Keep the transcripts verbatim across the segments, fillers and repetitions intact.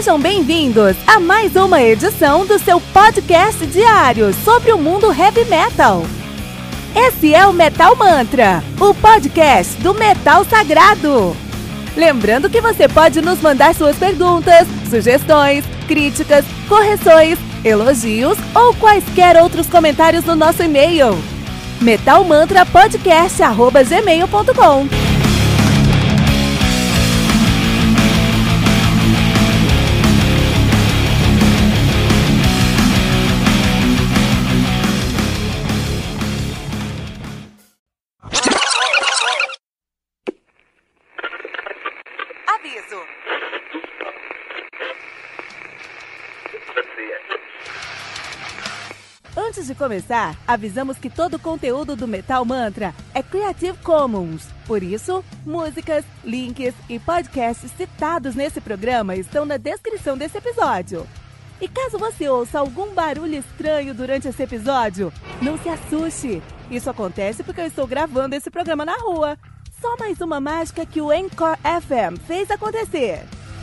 Sejam bem-vindos a mais uma edição do seu podcast diário sobre o mundo heavy metal. Esse é o Metal Mantra, o podcast do metal sagrado. Lembrando que você pode nos mandar suas perguntas, sugestões, críticas, correções, elogios ou quaisquer outros comentários no nosso e-mail metalmantrapodcast arroba gmail ponto com. Aviso. Antes de começar, avisamos que todo o conteúdo do Metal Mantra é Creative Commons. Por isso, músicas, links e podcasts citados nesse programa estão na descrição desse episódio. E caso você ouça algum barulho estranho durante esse episódio, não se assuste. Isso acontece porque eu estou gravando esse programa na rua. Só mais uma mágica que o Anchor F M fez acontecer.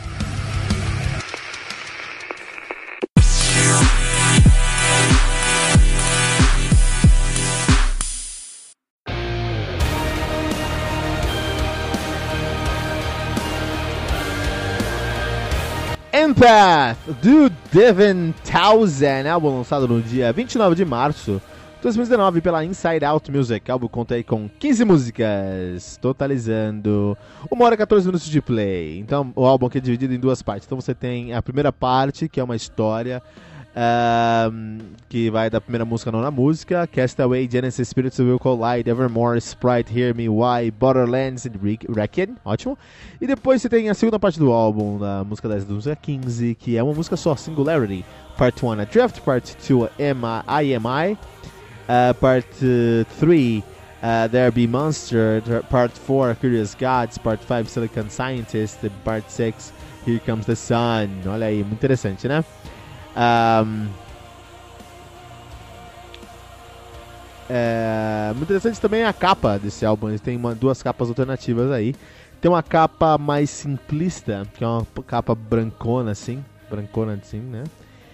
Empath, do Devin Townsend, álbum lançado no dia vinte e nove de março de dois mil e dezenove pela Inside Out Music. O álbum conta aí com quinze músicas, totalizando uma hora e catorze minutos de play. Então, o álbum aqui é dividido em duas partes. Então você tem a primeira parte, que é uma história, um, que vai da primeira música à nona música: Castaway, Genesis, Spirits Will Collide, Evermore, Sprite, Hear Me, Why, Borderlands e Requiem. Ótimo. E depois você tem a segunda parte do álbum, da música dez da música quinze, que é uma música só, Singularity. Part one, a Draft, Part two, I M I, uh, Part three, uh, There Be Monster, Part four, Curious Gods, Part five, Silicon Scientist, Part six, Here Comes the Sun. Olha aí, muito interessante, né? Um, é, muito interessante também a capa desse álbum. Eles têm uma, duas capas alternativas aí. Tem uma capa mais simplista, que é uma capa brancona assim, brancona assim, né?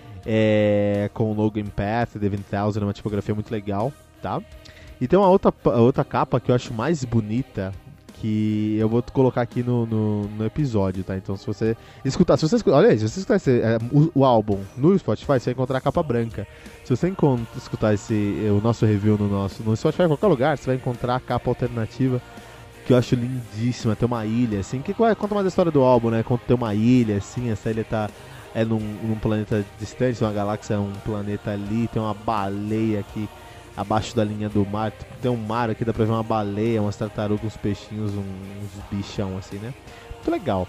É, com o logo Empath, Devin Townsend, uma tipografia muito legal, tá? E tem uma outra, outra capa que eu acho mais bonita, que eu vou colocar aqui no, no, no episódio, tá? Então se você escutar, se você escutar, olha aí, se você escutar esse, é, o, o álbum no Spotify, você vai encontrar a capa branca. Se você encontra, escutar esse, o nosso review no nosso no Spotify, em qualquer lugar, você vai encontrar a capa alternativa, que eu acho lindíssima. Tem uma ilha, assim, que conta mais a história do álbum, né? Conta tem uma ilha, assim, essa ilha tá é num, num planeta distante, uma galáxia, um planeta ali, tem uma baleia aqui abaixo da linha do mar, tem um mar aqui, dá pra ver uma baleia, umas tartarugas, uns peixinhos, um, uns bichão assim, né? Muito legal.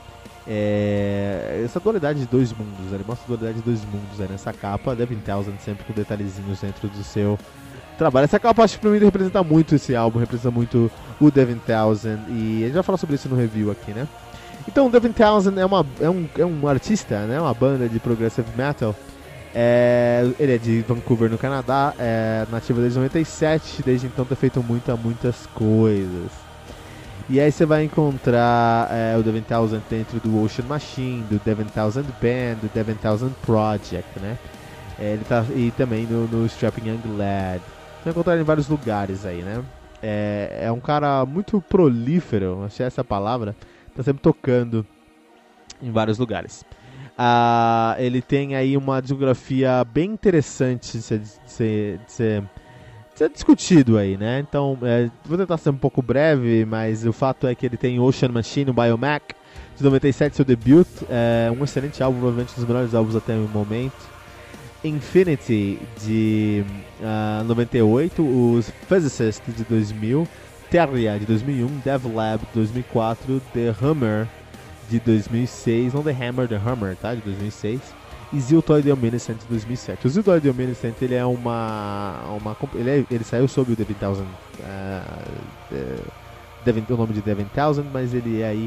É, essa dualidade de dois mundos, ele mostra a dualidade de dois mundos aí nessa capa. Devin Townsend sempre com detalhezinhos dentro do seu trabalho. Essa capa, acho que pra mim representa muito esse álbum, representa muito o Devin Townsend, e a gente vai falar sobre isso no review aqui, né? Então, o Devin Townsend é, uma, é, um, é um artista, né? Uma banda de progressive metal. É, ele é de Vancouver, no Canadá, é nativo desde noventa e sete, desde então tem feito muita, muitas coisas. E aí você vai encontrar é, o Devin Townsend dentro do Ocean Machine, do Devin Townsend Band, do Devin Townsend Project, né? É, ele tá, e também no, no Strapping Young Lad. Você vai encontrar ele em vários lugares aí, né? É, é um cara muito prolífero, achei essa palavra, tá sempre tocando em vários lugares. Uh, ele tem aí uma discografia bem interessante de ser, de ser, de ser, de ser discutido aí, né? Então, é, vou tentar ser um pouco breve, mas o fato é que ele tem Ocean Machine, o Biomac, de noventa e sete, seu debut, é um excelente álbum, provavelmente um dos melhores álbuns até o momento. Infinity, de uh, noventa e oito, os Physicist, de dois mil, Terria, de dois mil e um, Devlab, de dois mil e quatro, The Hammer, de dois mil e seis, não The Hammer, The Hammer, tá? De dois mil e seis, e Ziltoid The Omniscient de dois mil e sete. O Ziltoid The Omniscient, ele é uma... uma ele, é, ele saiu sob o Devin Townsend, uh, uh, Devin, o nome de Devin Townsend, mas ele é aí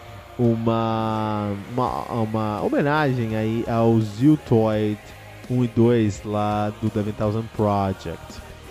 uma, uma, uma homenagem aí ao Ziltoid um e dois lá do Devin Townsend Project.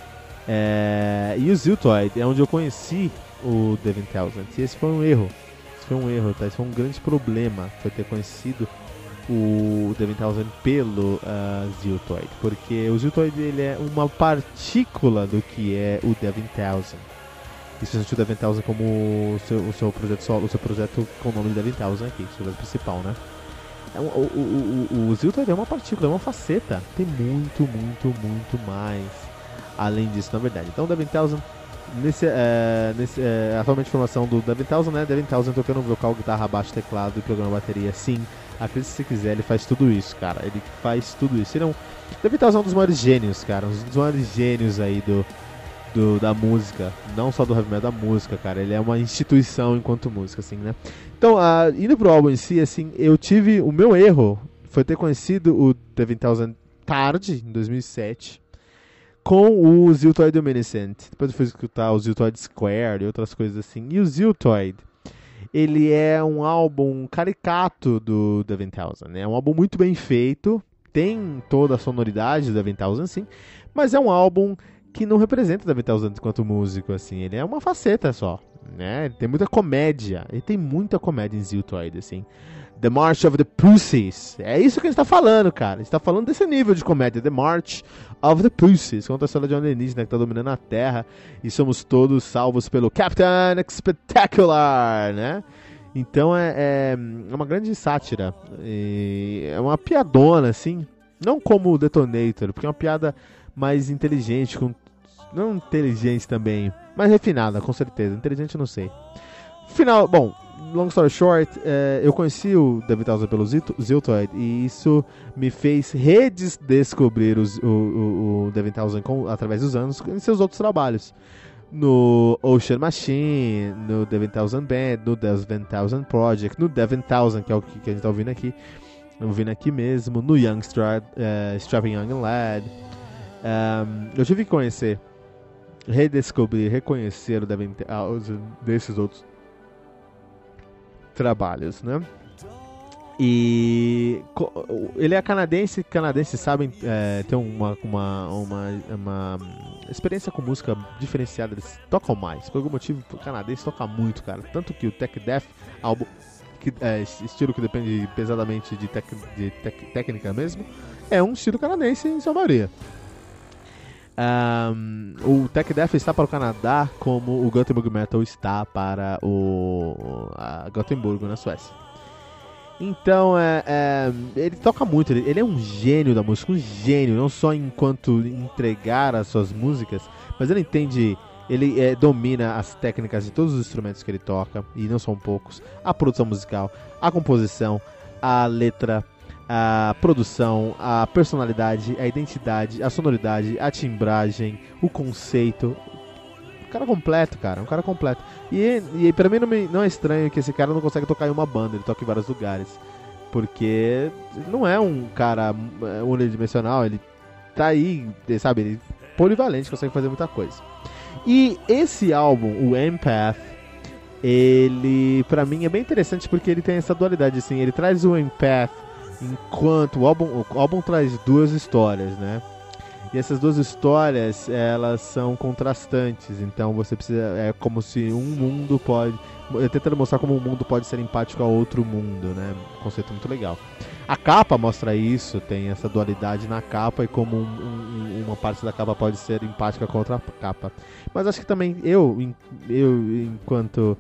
É, e o Ziltoid é onde eu conheci o Devin Townsend, e esse foi um erro. Foi um erro, tá? Isso foi um grande problema, foi ter conhecido o The mil pelo uh, Ziltoid, porque o Ziltoid ele é uma partícula do que é o The mil. Isso sentiu o The mil como o seu, o seu projeto solo, o seu projeto com o nome de The mil aqui, o projeto principal, né? O, o, o, o, o Ziltoid é uma partícula, é uma faceta, tem muito, muito, muito mais além disso, na verdade. Então, The mil, nesse, é, nesse, é, atualmente a formação do The mil, né? The mil tocando vocal, guitarra, baixo, teclado e programa bateria, sim. Acredite se quiser, ele faz tudo isso, cara. Ele faz tudo isso. Ele é um, The mil é um dos maiores gênios, cara. Um dos maiores gênios aí do, do, da música. Não só do heavy metal, da música, cara. Ele é uma instituição enquanto música, assim, né? Então, uh, indo pro álbum em si, assim, eu tive... O meu erro foi ter conhecido o The mil tarde, em dois mil e sete, com o Ziltoid Omniscient. Depois eu fui escutar o Ziltoid Square e outras coisas assim. E o Ziltoid, ele é um álbum caricato do The mil, né? É um álbum muito bem feito, tem toda a sonoridade do The mil, sim, mas é um álbum que não representa o The mil enquanto músico, assim. Ele é uma faceta só, né? Ele tem muita comédia, ele tem muita comédia em Ziltoid, assim. The March of the Pussies. É isso que a gente tá falando, cara. A gente tá falando desse nível de comédia. The March of the Pussies. Conta a história de um alienígena que tá dominando a Terra e somos todos salvos pelo Captain Spectacular, né? Então é, é, é uma grande sátira. É uma piadona, assim. Não como o Detonator, porque é uma piada mais inteligente. Com, não inteligente também, mas refinada, com certeza. Inteligente eu não sei. Final, bom... Long story short, é, eu conheci o The mil pelo Ziltoid e isso me fez redescobrir os, o, o, o The mil com, através dos anos em seus outros trabalhos. No Ocean Machine, no The mil Band, no The mil Project, no The mil, que é o que a gente tá ouvindo aqui, ouvindo aqui mesmo, no Young Stra, uh, Strapping Young Lad. Um, eu tive que conhecer, redescobrir, reconhecer o The mil desses outros trabalhos, né? E ele é canadense, canadenses sabem é, ter uma, uma, uma, uma experiência com música diferenciada, eles tocam mais, por algum motivo o canadense toca muito, cara, tanto que o Tech Death, álbum, que, é, estilo que depende pesadamente de, tec, de tec, técnica mesmo, é um estilo canadense em sua maioria. Um, o Tech Death está para o Canadá como o Gothenburg Metal está para o a Gothenburgo, na Suécia. Então, é, é, ele toca muito, ele, ele é um gênio da música, um gênio, não só enquanto entregar as suas músicas, mas ele entende, ele é, domina as técnicas de todos os instrumentos que ele toca, e não são poucos, a produção musical, a composição, a letra, a produção, a personalidade, a identidade, a sonoridade, a timbragem, o conceito. Um cara completo, cara, um cara completo. E, e pra mim não, me, não é estranho que esse cara não consegue tocar em uma banda, ele toca em vários lugares. Porque não é um cara unidimensional, ele tá aí, sabe, ele é polivalente, consegue fazer muita coisa. E esse álbum, o Empath, ele pra mim é bem interessante porque ele tem essa dualidade, assim, ele traz o Empath enquanto o álbum, o álbum traz duas histórias, né? E essas duas histórias, elas são contrastantes, então você precisa, é como se um mundo pode, tentando mostrar como um mundo pode ser empático a outro mundo, né? Um conceito muito legal. A capa mostra isso, tem essa dualidade na capa e como um, um, uma parte da capa pode ser empática com a outra capa. Mas acho que também eu, eu enquanto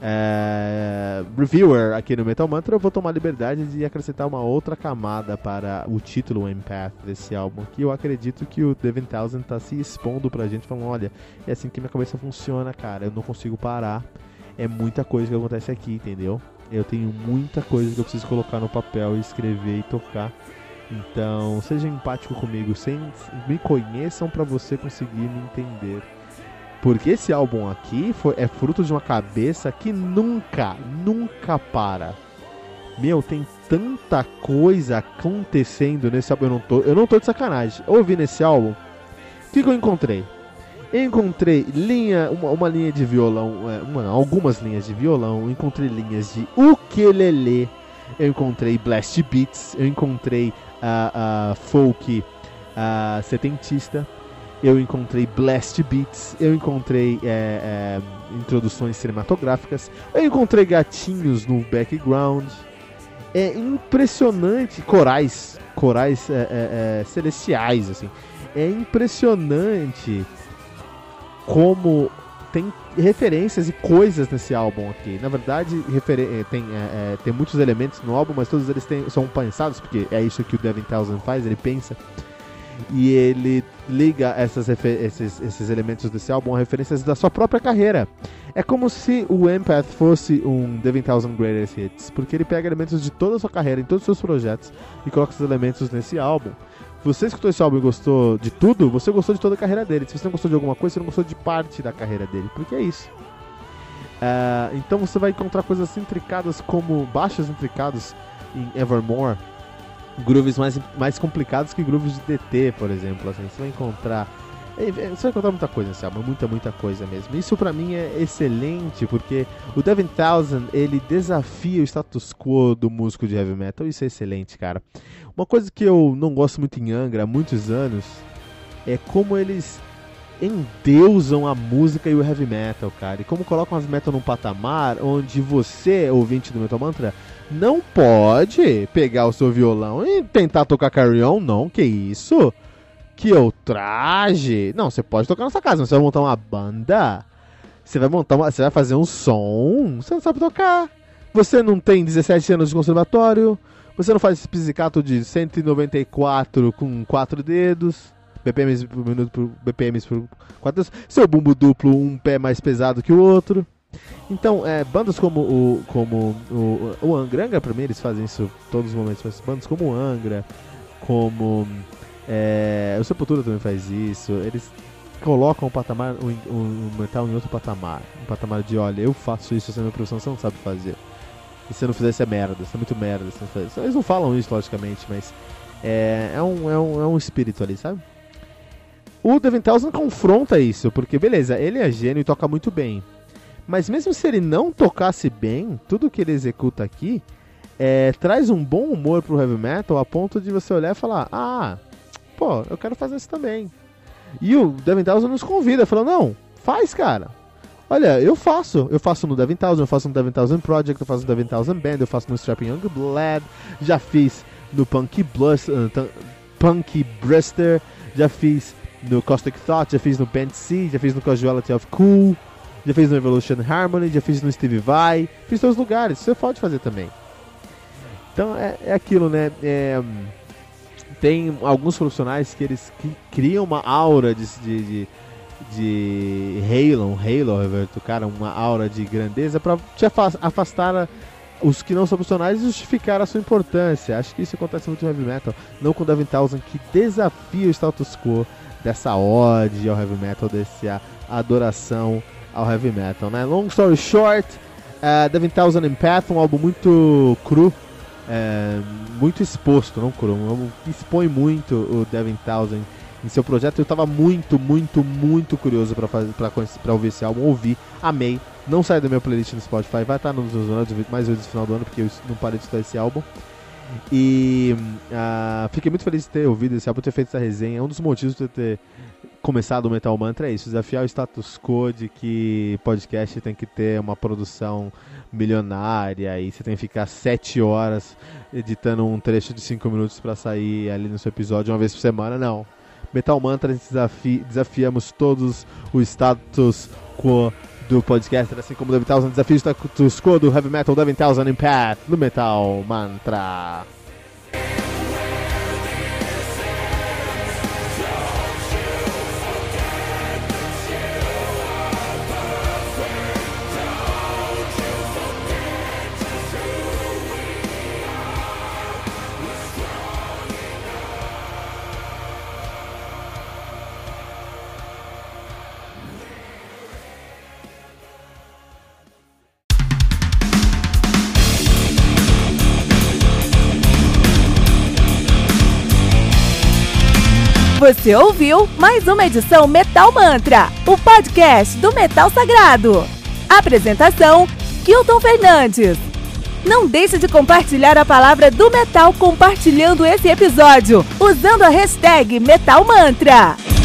É, reviewer aqui no Metal Mantra, eu vou tomar a liberdade de acrescentar uma outra camada para o título Empath desse álbum, que eu acredito que o The mil tá se expondo pra gente, falando, olha, é assim que minha cabeça funciona, cara, eu não consigo parar, é muita coisa que acontece aqui, entendeu? Eu tenho muita coisa que eu preciso colocar no papel, escrever e tocar. Então, seja empático comigo, sem, me conheçam pra você conseguir me entender. Porque esse álbum aqui foi, é fruto de uma cabeça que nunca, nunca para. Meu, tem tanta coisa acontecendo nesse álbum. Eu não tô, eu não tô de sacanagem. Eu ouvi nesse álbum. O que, que eu encontrei? Eu encontrei linha, uma, uma linha de violão, uma, algumas linhas de violão. Eu encontrei linhas de ukulele. Eu encontrei blast beats. Eu encontrei uh, uh, folk uh, setentista. Eu encontrei blast beats, eu encontrei é, é, introduções cinematográficas, eu encontrei gatinhos no background, é impressionante, corais, corais é, é, é, celestiais, assim, é impressionante como tem referências e coisas nesse álbum aqui. Na verdade, referen- tem, é, é, tem muitos elementos no álbum, mas todos eles têm, são pensados, porque é isso que o Devin Townsend faz, ele pensa e ele liga essas refer- esses, esses elementos desse álbum a referências da sua própria carreira. É como se o Empath fosse um Devin Townsend Greatest Hits, porque ele pega elementos de toda a sua carreira, em todos os seus projetos, e coloca esses elementos nesse álbum. Você escutou esse álbum e gostou de tudo, você gostou de toda a carreira dele. Se você não gostou de alguma coisa, você não gostou de parte da carreira dele, porque é isso. Uh, então você vai encontrar coisas intricadas como baixos intricados em Evermore, grooves mais, mais complicados que grooves de D T, por exemplo. Assim, você vai encontrar você vai encontrar muita coisa nesse álbum, muita, muita coisa mesmo. Isso pra mim é excelente, porque o Devin Townsend, ele desafia o status quo do músico de heavy metal. Isso é excelente, cara. Uma coisa que eu não gosto muito em Angra há muitos anos é como eles endeusam a música e o heavy metal, cara. E como colocam as metal num patamar onde você, ouvinte do Metal Mantra, não pode pegar o seu violão e tentar tocar Carry On, não, que isso? Que ultraje! Não, você pode tocar na sua casa, mas você vai montar uma banda, você vai montar uma, você vai fazer um som, você não sabe tocar. Você não tem dezessete anos de conservatório, você não faz esse pizzicato de cento e noventa e quatro com quatro dedos, B P Ms por minuto por B P Ms por quatro dedos, seu bumbo duplo, um pé mais pesado que o outro. Então, é, bandas como o como o, o Angra, Angra pra mim eles fazem isso todos os momentos, mas bandas como o Angra, como é, o Sepultura também faz isso, eles colocam o patamar, o, o, o metal em outro patamar, um patamar de, olha, eu faço isso, essa é a minha profissão, você não sabe fazer. E se você não fizer isso é merda, isso é muito merda. Você não faz isso. Eles não falam isso, logicamente, mas é, é, um, é, um, é um espírito ali, sabe? O Devin Townsend confronta isso, porque beleza, ele é gênio e toca muito bem. Mas mesmo se ele não tocasse bem, tudo que ele executa aqui é, traz um bom humor pro heavy metal a ponto de você olhar e falar, ah, pô, eu quero fazer isso também. E o Devin Townsend nos convida, falando, não, faz, cara. Olha, eu faço, eu faço no Devin Townsend, eu faço no Devin Townsend Project, eu faço no Devin Townsend Band, eu faço no Strapping Young Blood, já fiz no Punky Blus, uh, t- Punky Brister, já fiz no Caustic Thought, já fiz no Band C, já fiz no Casualty of Cool, já fiz no Evolution Harmony, já fiz no Steve Vai, fiz em todos os lugares, você pode fazer também. Então é, é aquilo, né, é, tem alguns profissionais que eles que criam uma aura de... de, de de Halo, Halo, Roberto, cara, uma aura de grandeza pra te afastar os que não são profissionais e justificar a sua importância. Acho que isso acontece muito no heavy metal, não com o Devin Townsend, que desafia o status quo dessa ode ao heavy metal, dessa adoração ao heavy metal, né? Long story short, uh, Devin Townsend Empath, um álbum muito cru, uh, muito exposto, não cru, um álbum que expõe muito o Devin Townsend em seu projeto. Eu tava muito, muito, muito curioso pra, fazer, pra, pra ouvir esse álbum, ouvi, amei, não sai da minha playlist no Spotify, vai estar nos meus anos, mais vezes no final do ano, porque eu não parei de escutar esse álbum, e uh, fiquei muito feliz de ter ouvido esse álbum, ter feito essa resenha. Um dos motivos de eu ter começado o Metal Mantra é isso, desafiar o status quo de que podcast tem que ter uma produção milionária e você tem que ficar sete horas editando um trecho de cinco minutos pra sair ali no seu episódio uma vez por semana. Não, Metal Mantra, desafi- desafiamos todos o status quo do podcast, assim como o Devin Townsend desafia o status quo do Heavy Metal, Devin Townsend Empath no Metal Mantra. Você ouviu mais uma edição Metal Mantra, o podcast do Metal Sagrado. Apresentação, Kilton Fernandes. Não deixe de compartilhar a palavra do metal compartilhando esse episódio, usando a hashtag Metal Mantra.